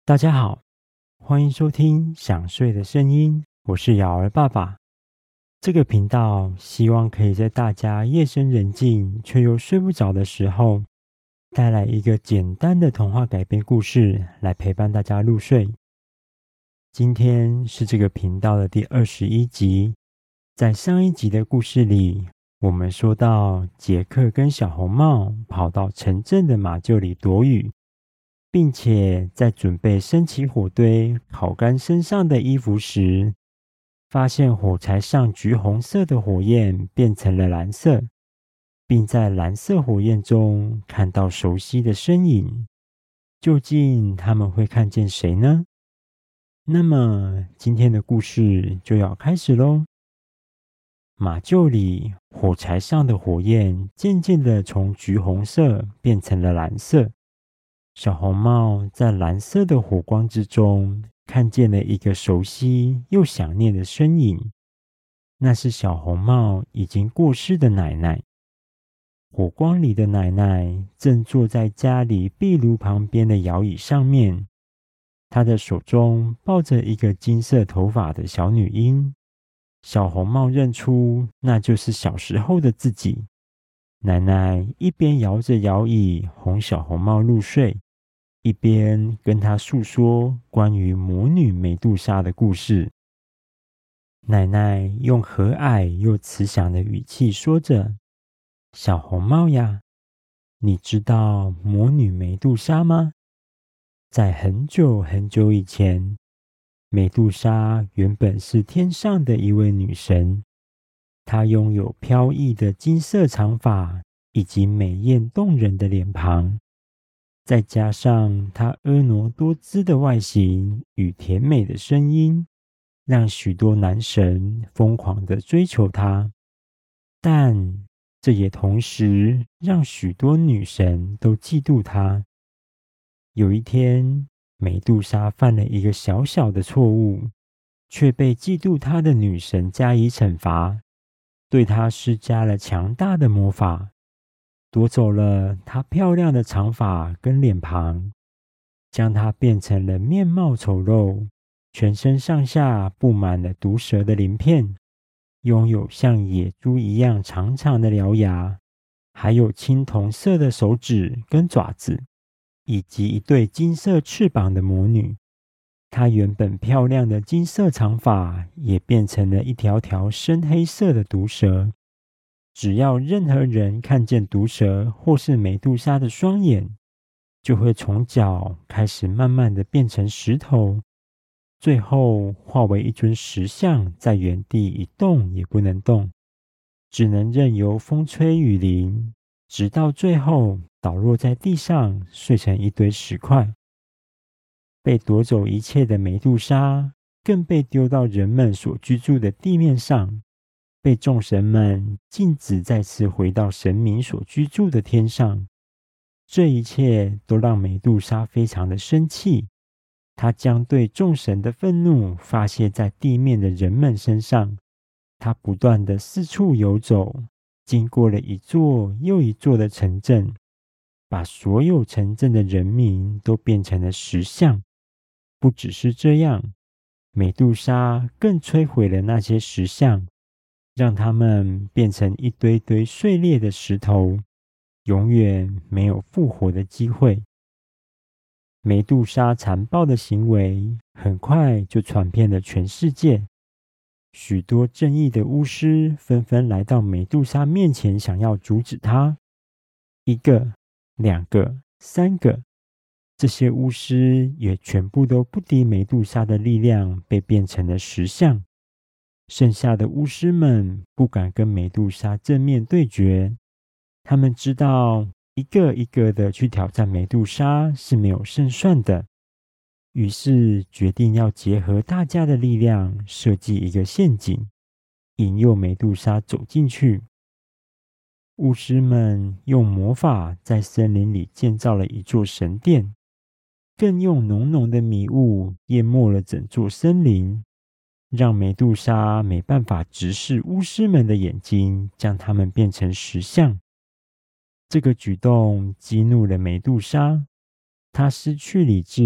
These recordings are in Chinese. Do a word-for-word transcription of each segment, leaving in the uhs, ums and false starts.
大家好，欢迎收听想睡的声音，我是瑶儿爸爸。这个频道希望可以在大家夜深人静却又睡不着的时候，带来一个简单的童话改编故事来陪伴大家入睡。今天是这个频道的第二十一集。在上一集的故事里，我们说到杰克跟小红帽跑到城镇的马厩里躲雨，并且在准备升起火堆烤干身上的衣服时，发现火柴上橘红色的火焰变成了蓝色，并在蓝色火焰中看到熟悉的身影。究竟他们会看见谁呢？那么今天的故事就要开始咯。马厩里火柴上的火焰渐渐地从橘红色变成了蓝色。小红帽在蓝色的火光之中看见了一个熟悉又想念的身影，那是小红帽已经过世的奶奶。火光里的奶奶正坐在家里壁炉旁边的摇椅上面，她的手中抱着一个金色头发的小女婴。小红帽认出那就是小时候的自己。奶奶一边摇着摇椅哄小红帽入睡，一边跟她诉说关于魔女梅杜莎的故事。奶奶用和蔼又慈祥的语气说着：小红帽呀，你知道魔女梅杜莎吗？在很久很久以前，梅杜莎原本是天上的一位女神，她拥有飘逸的金色长发以及美艳动人的脸庞，再加上她婀娜多姿的外形与甜美的声音，让许多男神疯狂地追求她。但这也同时让许多女神都嫉妒她。有一天，梅杜莎犯了一个小小的错误，却被嫉妒她的女神加以惩罚，对她施加了强大的魔法，夺走了她漂亮的长发跟脸庞，将她变成了面貌丑陋、全身上下布满了毒蛇的鳞片，拥有像野猪一样长长的獠牙，还有青铜色的手指跟爪子，以及一对金色翅膀的魔女。她原本漂亮的金色长发也变成了一条条深黑色的毒蛇。只要任何人看见毒蛇或是梅杜莎的双眼，就会从脚开始慢慢的变成石头，最后化为一尊石像，在原地一动也不能动，只能任由风吹雨淋，直到最后倒落在地上，碎成一堆石块。被夺走一切的梅杜莎更被丢到人们所居住的地面上，被众神们禁止再次回到神明所居住的天上。这一切都让梅杜莎非常的生气，她将对众神的愤怒发泄在地面的人们身上。她不断的四处游走，经过了一座又一座的城镇，把所有城镇的人民都变成了石像。不只是这样，梅杜莎更摧毁了那些石像，让他们变成一堆堆碎裂的石头，永远没有复活的机会。梅杜莎残暴的行为很快就传遍了全世界，许多正义的巫师纷纷来到梅杜莎面前，想要阻止她。一个、两个、三个，这些巫师也全部都不敌梅杜莎的力量，被变成了石像。剩下的巫师们不敢跟梅杜莎正面对决，他们知道一个一个的去挑战梅杜莎是没有胜算的，于是决定要结合大家的力量，设计一个陷阱，引诱梅杜莎走进去。巫师们用魔法在森林里建造了一座神殿，更用浓浓的迷雾淹没了整座森林，让梅杜莎没办法直视巫师们的眼睛，将他们变成石像。这个举动激怒了梅杜莎，她失去理智，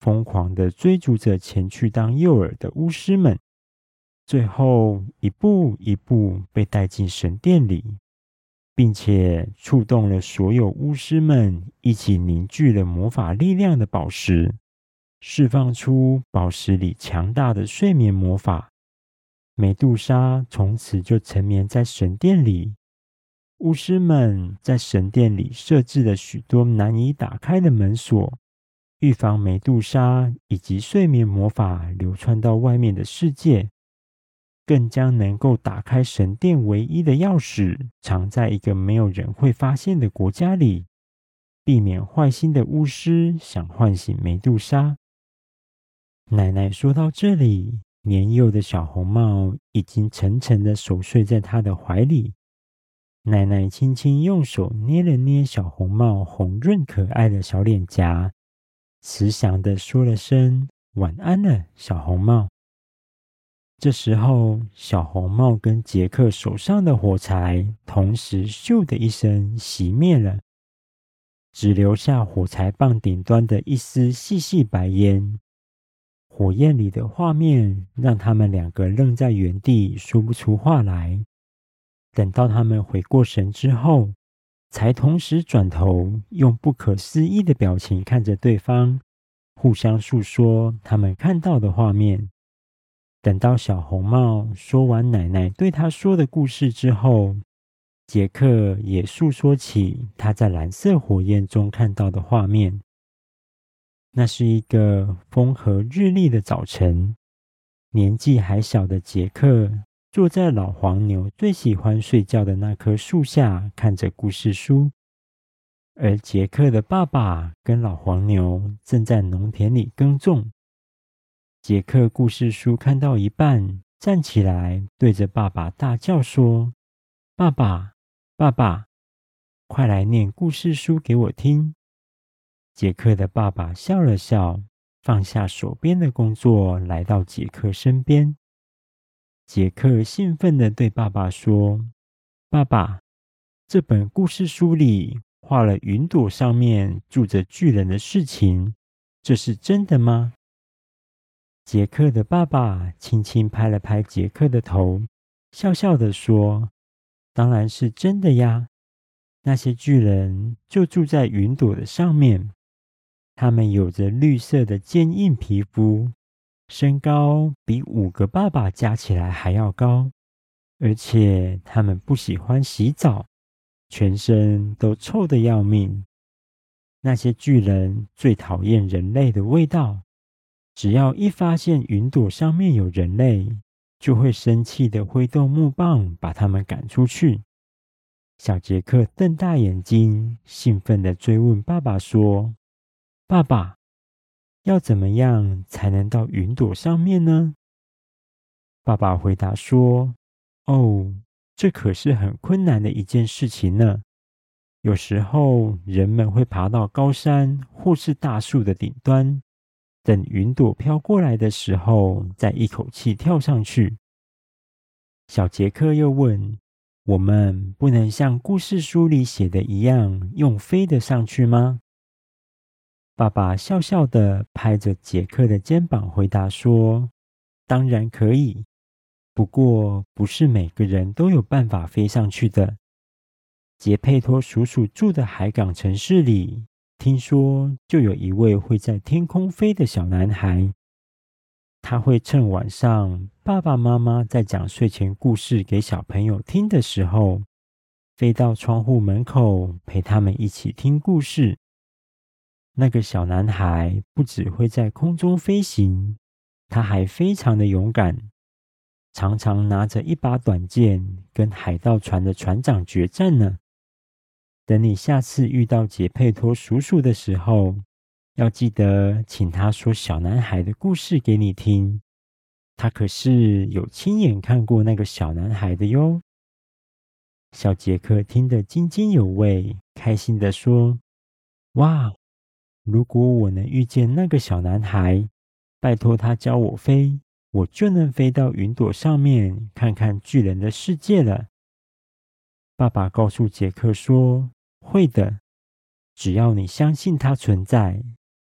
疯狂地追逐着前去当诱饵的巫师们，最后一步一步被带进神殿里，并且触动了所有巫师们一起凝聚了魔法力量的宝石，释放出宝石里强大的睡眠魔法。美杜莎从此就沉眠在神殿里。巫师们在神殿里设置了许多难以打开的门锁，预防美杜莎以及睡眠魔法流窜到外面的世界，更将能够打开神殿唯一的钥匙藏在一个没有人会发现的国家里，避免坏心的巫师想唤醒美杜莎。奶奶说到这里，年幼的小红帽已经沉沉地熟睡在她的怀里。奶奶轻轻用手捏了捏小红帽红润可爱的小脸颊，慈祥地说了声晚安了，小红帽。这时候，小红帽跟杰克手上的火柴同时咻的一声熄灭了，只留下火柴棒顶端的一丝细细白烟。火焰里的画面让他们两个愣在原地，说不出话来。等到他们回过神之后，才同时转头，用不可思议的表情看着对方，互相诉说他们看到的画面。等到小红帽说完奶奶对他说的故事之后，杰克也诉说起他在蓝色火焰中看到的画面。那是一个风和日丽的早晨，年纪还小的杰克坐在老黄牛最喜欢睡觉的那棵树下，看着故事书。而杰克的爸爸跟老黄牛正在农田里耕种。杰克故事书看到一半，站起来对着爸爸大叫说：爸爸，爸爸，快来念故事书给我听。杰克的爸爸笑了笑，放下手边的工作，来到杰克身边。杰克兴奋地对爸爸说：爸爸，这本故事书里画了云朵上面住着巨人的事情，这是真的吗？杰克的爸爸轻轻拍了拍杰克的头，笑笑地说：当然是真的呀，那些巨人就住在云朵的上面，他们有着绿色的坚硬皮肤，身高比五个爸爸加起来还要高，而且他们不喜欢洗澡，全身都臭得要命。那些巨人最讨厌人类的味道，只要一发现云朵上面有人类，就会生气地挥动木棒把他们赶出去。小杰克瞪大眼睛，兴奋地追问爸爸说：爸爸，要怎么样才能到云朵上面呢？爸爸回答说：哦，这可是很困难的一件事情呢。有时候人们会爬到高山或是大树的顶端，等云朵飘过来的时候，再一口气跳上去。小杰克又问：我们不能像故事书里写的一样，用飞的上去吗？爸爸笑笑地拍着杰克的肩膀回答说：当然可以，不过不是每个人都有办法飞上去的。杰佩托叔叔住的海港城市里，听说就有一位会在天空飞的小男孩。他会趁晚上爸爸妈妈在讲睡前故事给小朋友听的时候，飞到窗户门口陪他们一起听故事。那个小男孩不只会在空中飞行，他还非常的勇敢，常常拿着一把短剑跟海盗船的船长决战呢。等你下次遇到杰佩托叔叔的时候，要记得请他说小男孩的故事给你听，他可是有亲眼看过那个小男孩的哟。小杰克听得津津有味，开心地说：哇，如果我能遇见那个小男孩，拜托他教我飞，我就能飞到云朵上面看看巨人的世界了。爸爸告诉杰克说：会的，只要你相信它存在，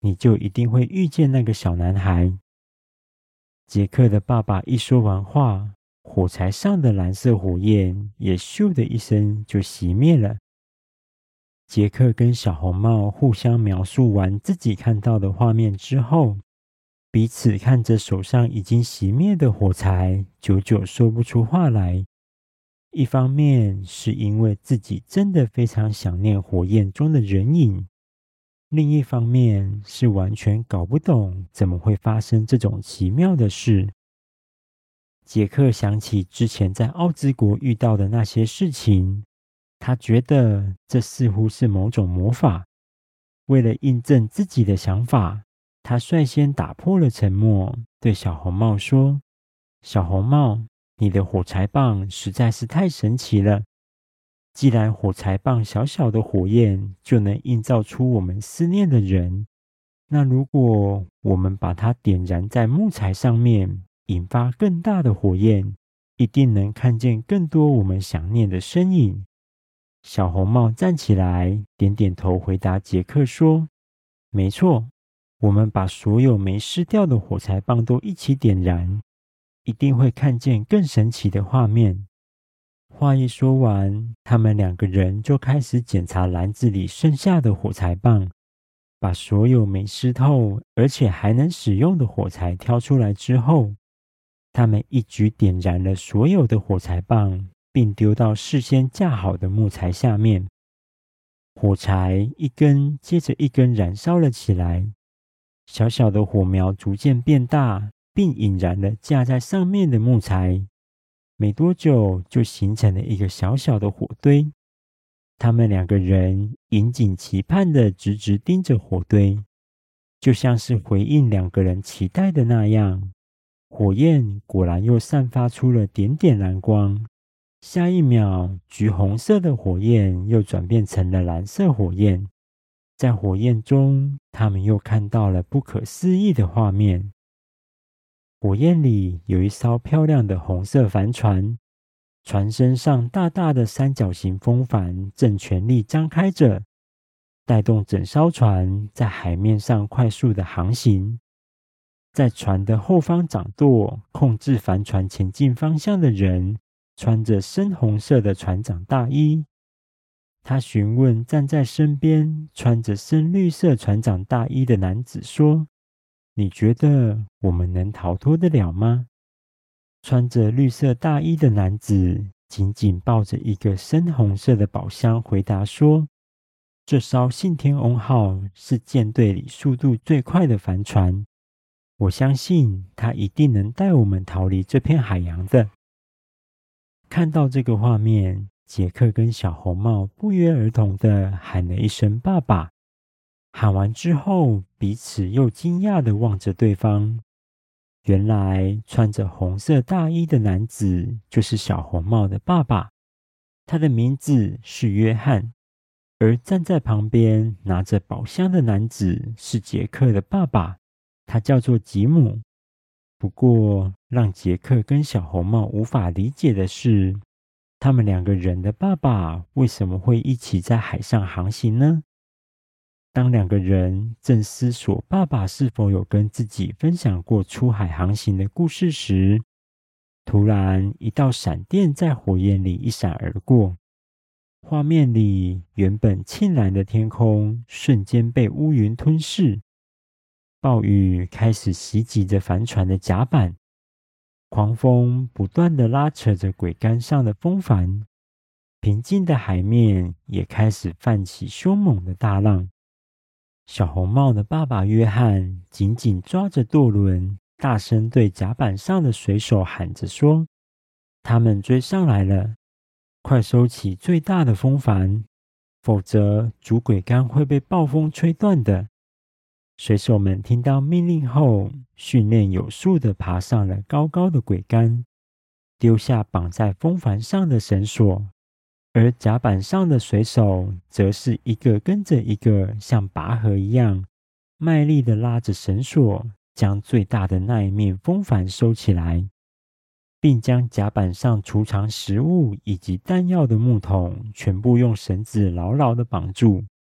你就一定会遇见那个小男孩。”杰克的爸爸一说完话，火柴上的蓝色火焰也咻的一声就熄灭了。杰克跟小红帽互相描述完自己看到的画面之后，彼此看着手上已经熄灭的火柴，久久说不出话来。一方面是因为自己真的非常想念火焰中的人影，另一方面是完全搞不懂怎么会发生这种奇妙的事。杰克想起之前在奥兹国遇到的那些事情，他觉得这似乎是某种魔法。为了印证自己的想法，他率先打破了沉默，对小红帽说：“小红帽，你的火柴棒实在是太神奇了。既然火柴棒小小的火焰就能映照出我们思念的人，那如果我们把它点燃在木材上面，引发更大的火焰，一定能看见更多我们想念的身影。”小红帽站起来，点点头回答杰克说：“没错，我们把所有没湿掉的火柴棒都一起点燃，一定会看见更神奇的画面。”话一说完，他们两个人就开始检查篮子里剩下的火柴棒，把所有没湿透而且还能使用的火柴挑出来之后，他们一举点燃了所有的火柴棒，并丢到事先架好的木材下面。火柴一根接着一根燃烧了起来，小小的火苗逐渐变大，并引燃了架在上面的木材。没多久就形成了一个小小的火堆。他们两个人引颈期盼地直直盯着火堆，就像是回应两个人期待的那样。火焰果然又散发出了点点蓝光，下一秒，橘红色的火焰又转变成了蓝色火焰。在火焰中，他们又看到了不可思议的画面。火焰里有一艘漂亮的红色帆船，船身上大大的三角形风帆正全力张开着，带动整艘船在海面上快速的航行。在船的后方掌舵控制帆船前进方向的人穿着深红色的船长大衣。他询问站在身边穿着深绿色船长大衣的男子说：“你觉得我们能逃脱得了吗？”穿着绿色大衣的男子紧紧抱着一个深红色的宝箱回答说：“这艘信天翁号是舰队里速度最快的帆船，我相信它一定能带我们逃离这片海洋的。”看到这个画面，杰克跟小红帽不约而同地喊了一声爸爸。喊完之后，彼此又惊讶地望着对方。原来穿着红色大衣的男子就是小红帽的爸爸，他的名字是约翰。而站在旁边拿着宝箱的男子是杰克的爸爸，他叫做吉姆。不过，让杰克跟小红帽无法理解的是，他们两个人的爸爸为什么会一起在海上航行呢？当两个人正思索爸爸是否有跟自己分享过出海航行的故事时，突然一道闪电在火焰里一闪而过，画面里原本沁蓝的天空瞬间被乌云吞噬，暴雨开始袭击着帆船的甲板，狂风不断地拉扯着桅杆上的风帆，平静的海面也开始泛起凶猛的大浪。小红帽的爸爸约翰紧紧抓着舵轮，大声对甲板上的水手喊着说：“他们追上来了，快收起最大的风帆，否则主桅杆会被暴风吹断的。”水手们听到命令后，训练有素地爬上了高高的桅杆，丢下绑在风帆上的绳索。而甲板上的水手则是一个跟着一个，像拔河一样，卖力地拉着绳索，将最大的那一面风帆收起来，并将甲板上储藏食物以及弹药的木桶全部用绳子牢牢地绑住。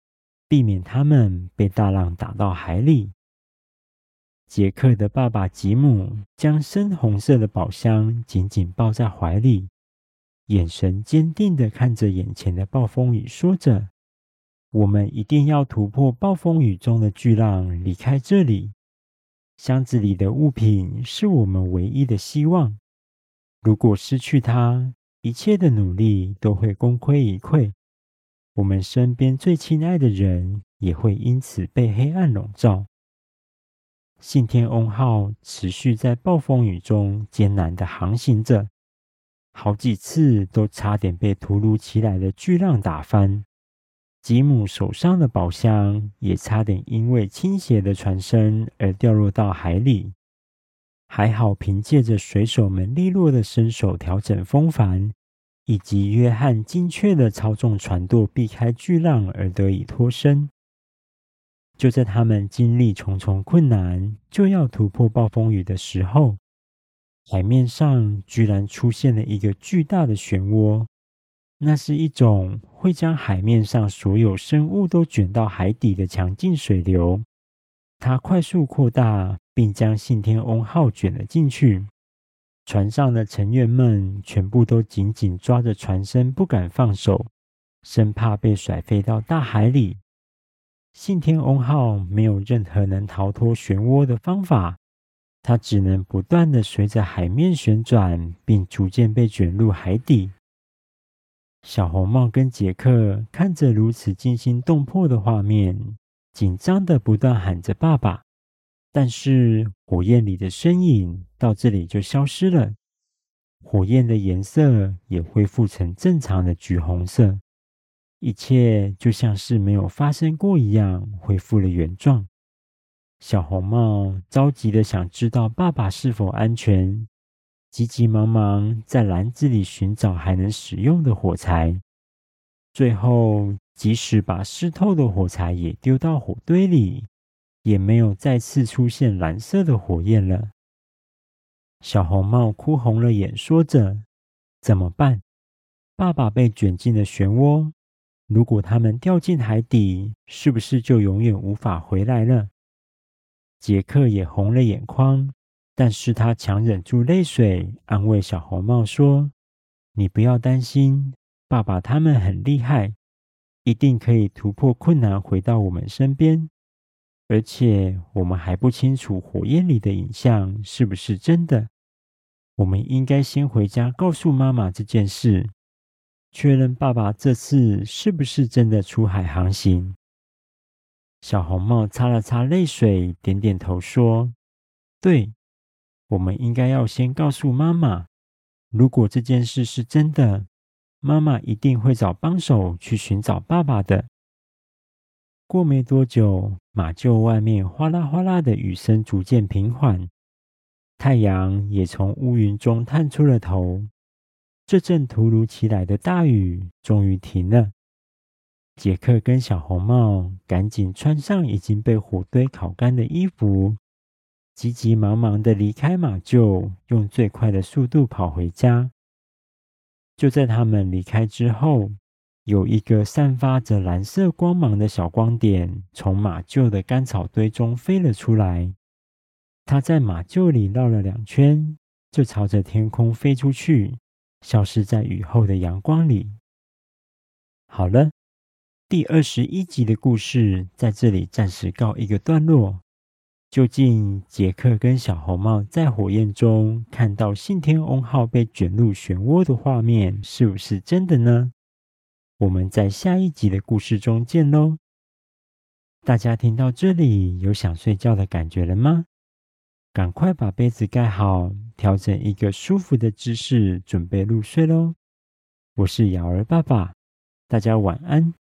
避免他们被大浪打到海里。杰克的爸爸吉姆将深红色的宝箱紧紧抱在怀里，眼神坚定地看着眼前的暴风雨，说着：我们一定要突破暴风雨中的巨浪，离开这里。箱子里的物品是我们唯一的希望。如果失去它，一切的努力都会功亏一篑。我们身边最亲爱的人也会因此被黑暗笼罩。信天翁号持续在暴风雨中艰难地航行着，好几次都差点被突如其来的巨浪打翻。吉姆手上的宝箱也差点因为倾斜的船身而掉落到海里，还好凭借着水手们利落的身手调整风帆，以及约翰精确的操纵船舵避开巨浪而得以脱身。就在他们经历重重困难，就要突破暴风雨的时候，海面上居然出现了一个巨大的漩涡。那是一种会将海面上所有生物都卷到海底的强劲水流，它快速扩大，并将信天翁号卷了进去。船上的成员们全部都紧紧抓着船身不敢放手，生怕被甩飞到大海里。信天翁号没有任何能逃脱漩涡的方法，它只能不断地随着海面旋转，并逐渐被卷入海底。小红帽跟杰克看着如此惊心动魄的画面，紧张的不断喊着爸爸，但是火焰里的身影到这里就消失了，火焰的颜色也恢复成正常的橘红色，一切就像是没有发生过一样，恢复了原状。小红帽着急的想知道爸爸是否安全，急急忙忙在篮子里寻找还能使用的火柴，最后即使把湿透的火柴也丢到火堆里，也没有再次出现蓝色的火焰了。小红帽哭红了眼，说着：怎么办？爸爸被卷进了漩涡，如果他们掉进海底，是不是就永远无法回来了？杰克也红了眼眶，但是他强忍住泪水，安慰小红帽说：你不要担心，爸爸他们很厉害，一定可以突破困难回到我们身边。而且我们还不清楚火焰里的影像是不是真的，我们应该先回家告诉妈妈这件事，确认爸爸这次是不是真的出海航行。小红帽擦了擦泪水，点点头说：对，我们应该要先告诉妈妈，如果这件事是真的，妈妈一定会找帮手去寻找爸爸的。过没多久，马厩外面哗啦哗啦的雨声逐渐平缓，太阳也从乌云中探出了头。这阵突如其来的大雨终于停了。杰克跟小红帽赶紧穿上已经被火堆烤干的衣服，急急忙忙地离开马厩，用最快的速度跑回家。就在他们离开之后，有一个散发着蓝色光芒的小光点从马厩的干草堆中飞了出来。它在马厩里绕了两圈，就朝着天空飞出去，消失在雨后的阳光里。好了，第二十一集的故事在这里暂时告一个段落。究竟杰克跟小红帽在火焰中看到信天翁号被卷入漩涡的画面是不是真的呢？我们在下一集的故事中见咯。大家听到这里有想睡觉的感觉了吗？赶快把被子盖好，调整一个舒服的姿势，准备入睡咯。我是瑶儿爸爸，大家晚安。